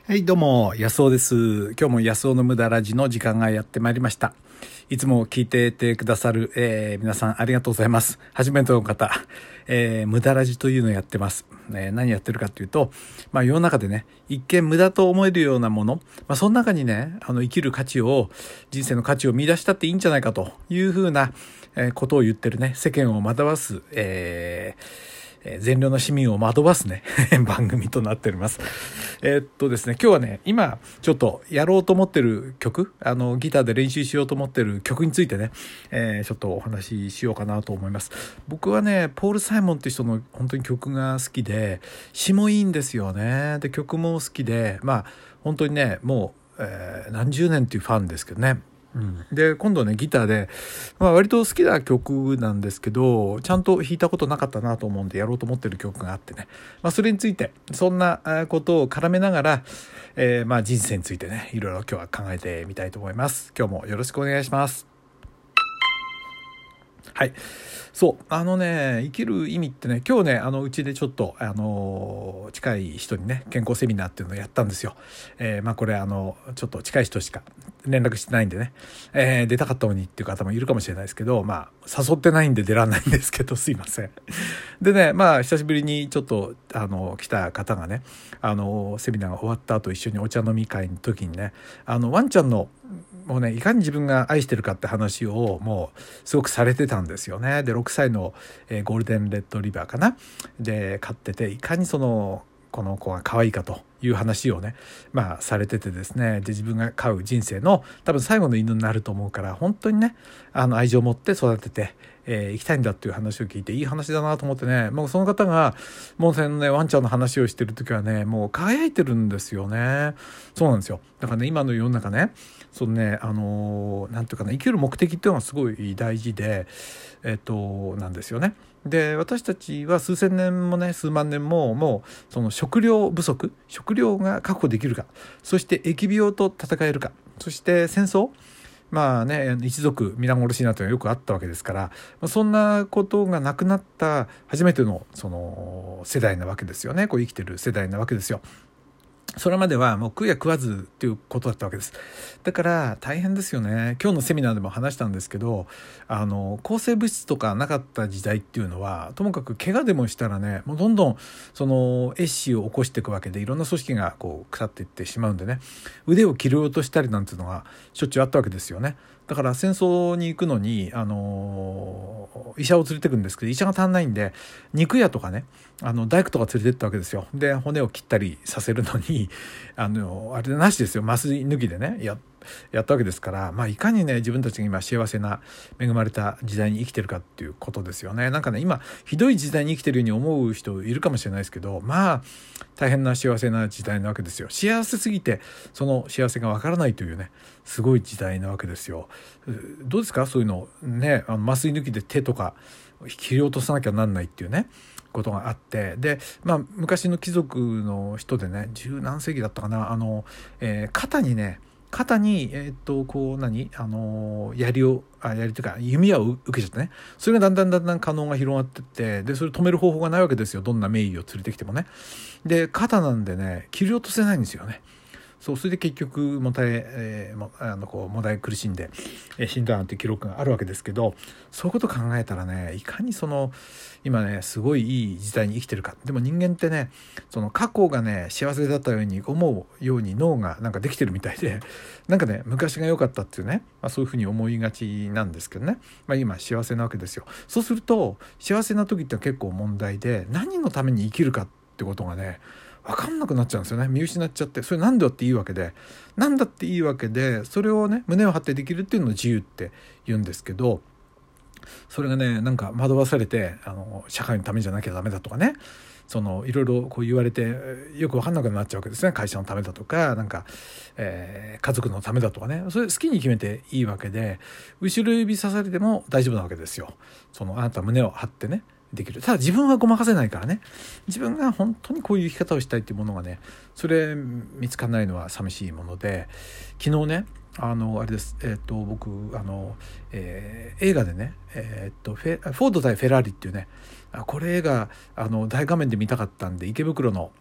はい、どうも安尾です。今日も安尾の無駄ラジの時間がやってまいりました。いつも聞いててくださる、皆さんありがとうございます。初めての方、無駄ラジというのをやってます。何やってるかというと、世の中でね、一見無駄と思えるようなもの、その中にね、生きる価値を、人生の価値を見出したっていいんじゃないかというふうな、ことを言ってるね、世間を惑わす、善良な市民を惑わすね番組となっております。ですね、今日はね、今ちょっとやろうと思ってる曲、ギターで練習しようと思ってる曲についてね、ちょっとお話ししようかなと思います。僕はね、ポール・サイモンって人の本当に曲が好きで、詩もいいんですよね。で、曲も好きで、本当にね、もう、何十年っていうファンですけどね。で今度ねギターで、割と好きな曲なんですけどちゃんと弾いたことなかったなと思うんでやろうと思ってる曲があってね、それについてそんなことを絡めながら、人生についてねいろいろ今日は考えてみたいと思います。今日もよろしくお願いします。はい。そう。生きる意味ってね、今日ね、うちでちょっと、近い人にね、健康セミナーっていうのをやったんですよ。これ、ちょっと近い人しか連絡してないんでね、出たかったのにっていう方もいるかもしれないですけど、誘ってないんで出らんないんですけど、すいません。でね、久しぶりにちょっと、来た方がね、セミナーが終わった後一緒にお茶飲み会の時にね、ワンちゃんのもうねいかに自分が愛してるかって話をもうすごくされてたんですよね。で6歳の、ゴールデンレッドリバーかなで飼ってて、いかにこの子が可愛いかという話をねされててですね、で自分が飼う人生の多分最後の犬になると思うから本当にね愛情を持って育てて行きたいんだっていう話を聞いていい話だなと思ってね、もうその方がもうそのねワンちゃんの話をしてる時はねもう輝いてるんですよね。そうなんですよ。だからね今の世の中ねそのねなんていうかな、生きる目的っていうのはすごい大事でなんですよね。で私たちは数千年もね数万年ももうその食料不足、食料が確保できるか、そして疫病と戦えるか、そして戦争一族皆殺しなんてのがよくあったわけですから、そんなことがなくなった初めてのその世代なわけですよね。こう生きてる世代なわけですよ。それまではもう食や食わずっていうことだったわけです。だから大変ですよね。今日のセミナーでも話したんですけど、抗生物質とかなかった時代っていうのはともかく怪我でもしたらねもうどんどんその壊死を起こしていくわけで、いろんな組織がこう腐っていってしまうんでね、腕を切ろうとしたりなんていうのがしょっちゅうあったわけですよね。だから戦争に行くのに、医者を連れてくんですけど医者が足んないんで肉屋とかね大工とか連れてったわけですよ。で骨を切ったりさせるのにあれなしですよ、麻酔抜きでねやったわけですから、いかにね自分たちが今幸せな恵まれた時代に生きてるかっていうことですよね。なんかね今ひどい時代に生きてるように思う人いるかもしれないですけど、大変な幸せな時代なわけですよ。幸せすぎてその幸せがわからないというねすごい時代なわけですよ。どうですかそういうのね、麻酔抜きで手とか切り落とさなきゃなんないっていうねことがあって、で昔の貴族の人でね十何世紀だったかな、肩にこう槍というか弓矢を受けちゃってね、それがだんだん可能が広がってって、でそれ止める方法がないわけですよ。どんな名医を連れてきてもね。で肩なんでね切り落とせないんですよね。それで結局もたえ苦しんで死んだなんていう記録があるわけですけど、そういうことを考えたらねいかにその今ねすごいいい時代に生きてるか。でも人間ってねその過去がね幸せだったように思うように脳がなんかできてるみたいで、なんかね昔が良かったっていうね、そういうふうに思いがちなんですけどね、今幸せなわけですよ。そうすると幸せな時って結構問題で、何のために生きるかってことがね分かんなくなっちゃうんですよね。見失っちゃって、それ何だっていいわけでそれをね胸を張ってできるっていうのを自由って言うんですけど、それがねなんか惑わされて社会のためじゃなきゃダメだとかね、いろいろこう言われてよく分かんなくなっちゃうわけですね。会社のためだとか家族のためだとかね、それ好きに決めていいわけで、後ろ指さされても大丈夫なわけですよ。あなた胸を張ってねできる。ただ自分はごまかせないからね、自分が本当にこういう生き方をしたいっていうものがねそれ見つかんないのは寂しいもので、昨日ねあれです、僕映画でね、フォード対フェラーリっていうねこれ映画大画面で見たかったんで池袋の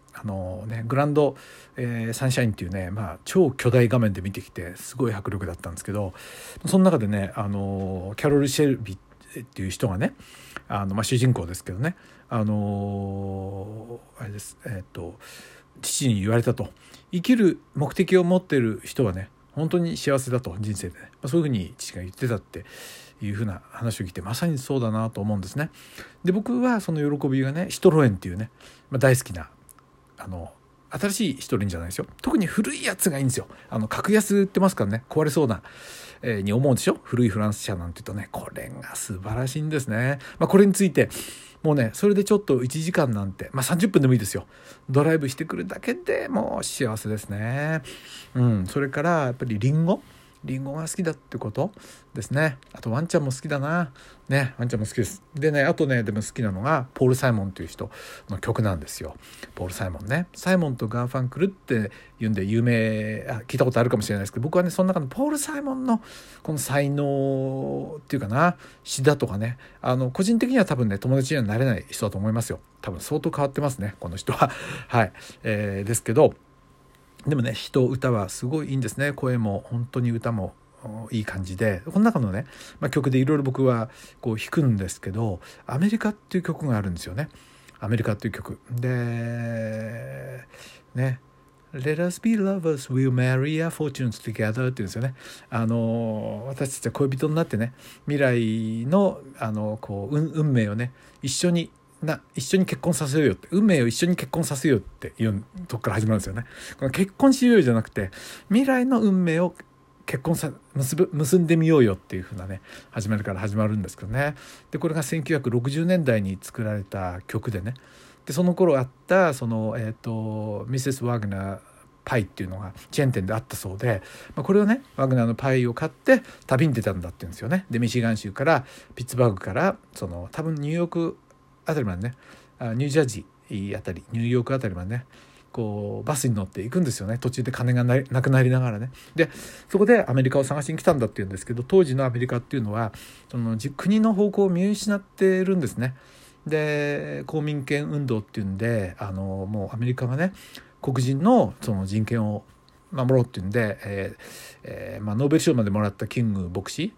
グランド、サンシャインっていうね、超巨大画面で見てきてすごい迫力だったんですけど、その中でね、キャロル・シェルビっていう人がね、主人公ですけどね、あれです、父に言われたと。生きる目的を持っている人はね本当に幸せだと、人生でね、そういうふうに父が言ってたっていうふうな話を聞いて、まさにそうだなと思うんですね。で僕はその喜びがね、シトロエンっていうね、大好きな新しいシトロエンじゃないですよ、特に古いやつがいいんですよ。格安売ってますからね、壊れそうな、に思うでしょ。古いフランス車なんて言うとね、これが素晴らしいんですね。これについてもうね、それでちょっと1時間なんて、30分でもいいですよ、ドライブしてくるだけでもう幸せですね。それからやっぱりリンゴが好きだってことですね。あとワンちゃんも好きだなね、ワンちゃんも好きです。でね、あとね、でも好きなのがポール・サイモンという人の曲なんですよ。ポール・サイモンね、サイモンとガーファンクルっていうんで有名、聞いたことあるかもしれないですけど、僕はねその中のポール・サイモンのこの才能っていうかな、詩だとかね、個人的には多分ね友達にはなれない人だと思いますよ。多分相当変わってますね、この人ははい、ですけど、でもね歌はすごいいいんですね。声も本当に歌もいい感じで、この中のね、曲でいろいろ僕はこう弾くんですけど、アメリカっていう曲があるんですよね。アメリカっていう曲でね、Let us be lovers, we'll marry our fortunes together っていうんですよね。私たちは恋人になってね、未来の運命をね一緒に結婚させようよって、運命を一緒に結婚させようっていうとこから始まるんですよね。この結婚しようよじゃなくて、未来の運命を結んでみようよっていう風なね始まりから始まるんですけどね。でこれが1960年代に作られた曲でね、でその頃あったそのミセス・ワグナーパイっていうのがチェーン店であったそうで、これをねワグナーのパイを買って旅に出たんだっていうんですよね。でミシガン州からピッツバーグから多分ニューヨークあたりまでね、ニュージャージーあたり、ニューヨークあたりまでねこうバスに乗って行くんですよね。途中で金がなくなりながらね。でそこでアメリカを探しに来たんだっていうんですけど、当時のアメリカっていうのは国の方向を見失ってるんですね。で公民権運動っていうんでもうアメリカがね黒人のその人権を守ろうっていうんで、ノーベル賞までもらったキング牧師、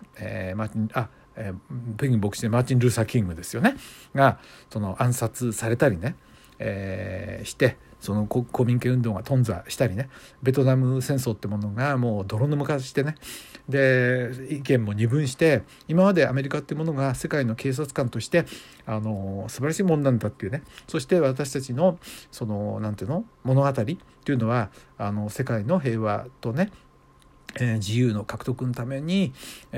北京牧師でマーチン・ルーサー・キングですよねが暗殺されたりね、してその公民権運動が頓挫したりね、ベトナム戦争ってものがもう泥沼化してね、で意見も二分して、今までアメリカっていうものが世界の警察官として素晴らしいもんなんだっていうね、そして私たちのなんていうの物語っていうのは世界の平和とね自由の獲得のために、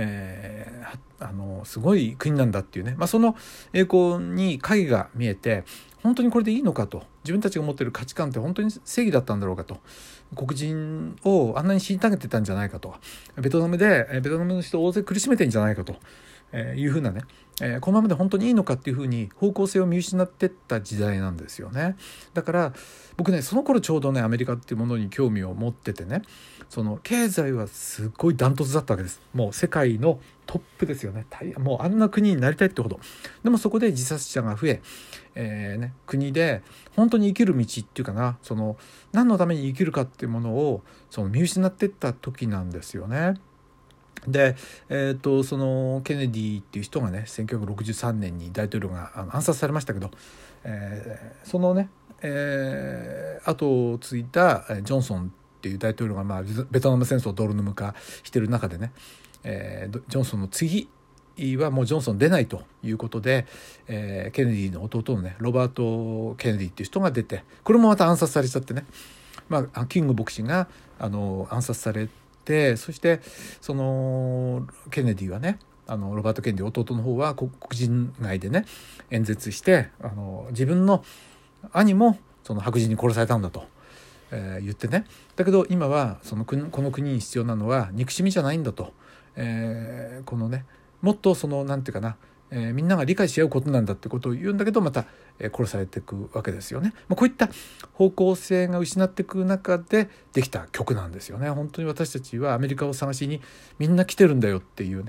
すごい国なんだっていうね、その栄光に影が見えて、本当にこれでいいのかと、自分たちが持っている価値観って本当に正義だったんだろうかと、黒人をあんなに虐げてたんじゃないかと、ベトナムの人を大勢苦しめてんじゃないかというふうなね、このままで本当にいいのかっていうふうに方向性を見失ってった時代なんですよね。だから僕ねその頃ちょうどねアメリカっていうものに興味を持っててね、経済はすごいダントツだったわけです。もう世界のトップですよね。もうあんな国になりたいってほど。でもそこで自殺者が増え、国で本当に生きる道っていうかな、何のために生きるかっていうものを見失ってった時なんですよね。で、そのケネディっていう人がね1963年に大統領が暗殺されましたけど、そのね、後を継いだジョンソンっていう大統領が、ベトナム戦争を泥沼化してる中でね、ジョンソンの次はもうジョンソン出ないということで、ケネディの弟のねロバート・ケネディっていう人が出て、これもまた暗殺されちゃってね、キング牧師が暗殺されて、そしてそのケネディはねロバート・ケネディ弟の方は黒人街でね演説して自分の兄も白人に殺されたんだと、言ってね、だけど今はこの国に必要なのは憎しみじゃないんだと、このねもっとなんていうかな、みんなが理解し合うことなんだってことを言うんだけど、また、殺されていくわけですよね。こういった方向性が失っていく中でできた曲なんですよね。本当に私たちはアメリカを探しにみんな来てるんだよっていうね、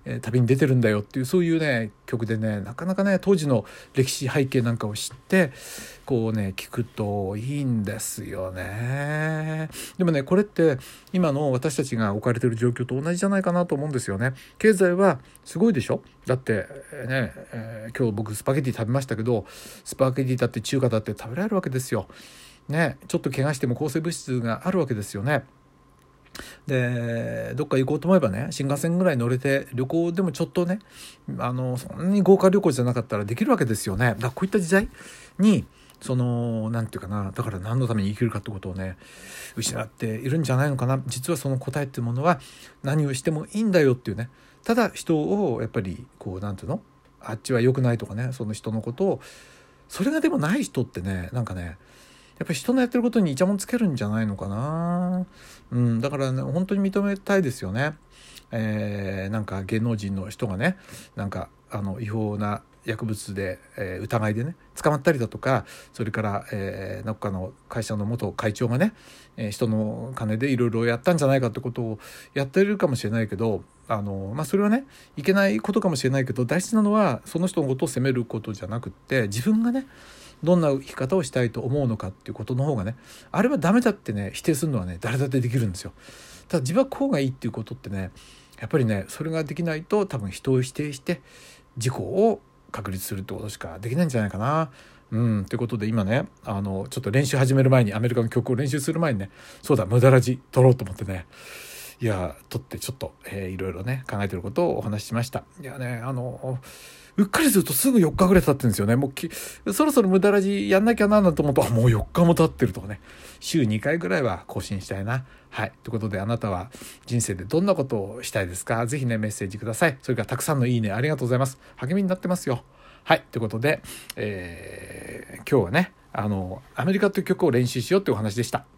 旅に出てるんだよっていうそういうね曲でね、なかなかね当時の歴史背景なんかを知ってこうね聞くといいんですよね。でもねこれって今の私たちが置かれてる状況と同じじゃないかなと思うんですよね。経済はすごいでしょ。だってね、今日僕スパゲティ食べましたけど、スパゲティだって中華だって食べられるわけですよね。ちょっと怪我しても抗生物質があるわけですよね。でどっか行こうと思えばね新幹線ぐらい乗れて、旅行でもちょっとねそんなに豪華旅行じゃなかったらできるわけですよね。だからこういった時代になんていうかな、だから何のために生きるかってことをね失っているんじゃないのかな。実はその答えっていうものは何をしてもいいんだよっていうね、ただ人をやっぱりなんていうの、あっちは良くないとかね、その人のことを、それがでもない人ってねなんかねやっぱり人のやってることにイチャモンつけるんじゃないのかな。だからね本当に認めたいですよね。なんか芸能人の人がねなんか違法な薬物で、疑いでね捕まったりだとか、それから、どっかの会社の元会長がね、人の金でいろいろやったんじゃないかってことをやってるかもしれないけど、それはねいけないことかもしれないけど、大事なのはその人のことを責めることじゃなくって、自分がねどんな生き方をしたいと思うのかっていうことの方がね、あれはダメだってね否定するのはね誰だってできるんですよ。ただ自分はこうがいいっていうことってね、やっぱりねそれができないと多分人を否定して自己を確立するってことしかできないんじゃないかな。ということで今ねちょっと練習始める前に、アメリカの曲を練習する前にね、そうだ無駄ラジ撮ろうと思ってね、いや撮ってちょっと、いろいろね考えてることをお話ししました。いやねうっかりするとすぐ4日ぐらい経ってるんですよね。もうそろそろ無駄ラジやんなきゃなと思うと、もう4日も経ってるとかね、週2回ぐらいは更新したいな。はい。ということであなたは人生でどんなことをしたいですか？ぜひねメッセージください。それからたくさんのいいねありがとうございます。励みになってますよ。はい。ということで、今日はねアメリカという曲を練習しようというお話でした。